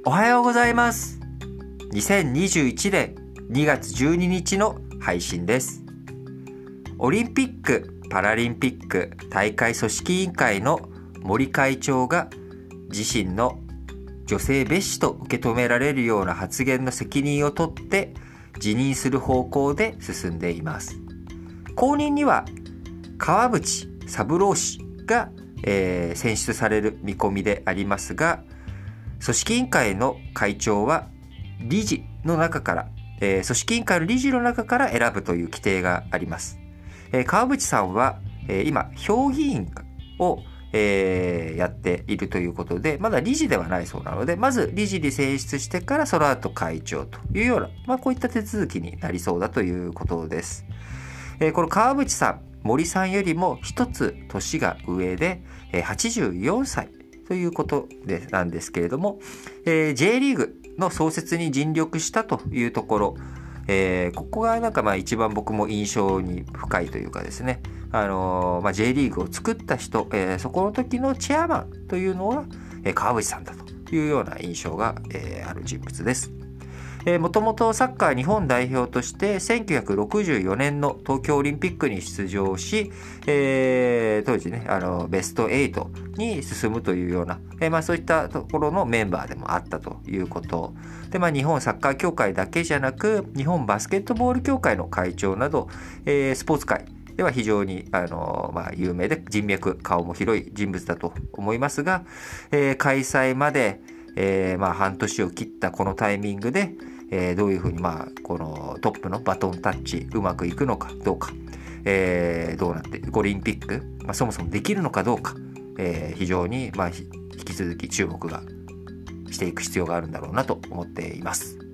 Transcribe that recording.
おはようございます。2021年2月12日の配信です。オリンピック・パラリンピック大会組織委員会の森会長が自身の女性蔑視と受け止められるような発言の責任を取って辞任する方向で進んでいます。後任には川淵三郎氏が、選出される見込みでありますが、組織委員会の会長は理事の中から、組織委員会の理事の中から選ぶという規定があります。川淵さんは、今評議員を、やっているということで、まだ理事ではないそうなので、まず理事に選出してからその後会長というような、こういった手続きになりそうだということです。この川淵さん、森さんよりも一つ年が上で、84歳ということなんですけれども、J リーグの創設に尽力したというところ、ここが一番僕も印象に深いというかですね、J リーグを作った人、そこの時のチェアマンというのは、川淵さんだというような印象が、ある人物です。もともとサッカー日本代表として1964年の東京オリンピックに出場し、当時ねベスト8に進むというような、そういったところのメンバーでもあったということで、日本サッカー協会だけじゃなく日本バスケットボール協会の会長など、スポーツ界では非常に有名で人脈顔も広い人物だと思いますが、開催まで半年を切ったこのタイミングで、どういうふうにこのトップのバトンタッチうまくいくのかどうか、どうなってオリンピック、そもそもできるのかどうか、非常に引き続き注目がしていく必要があるんだろうなと思っています。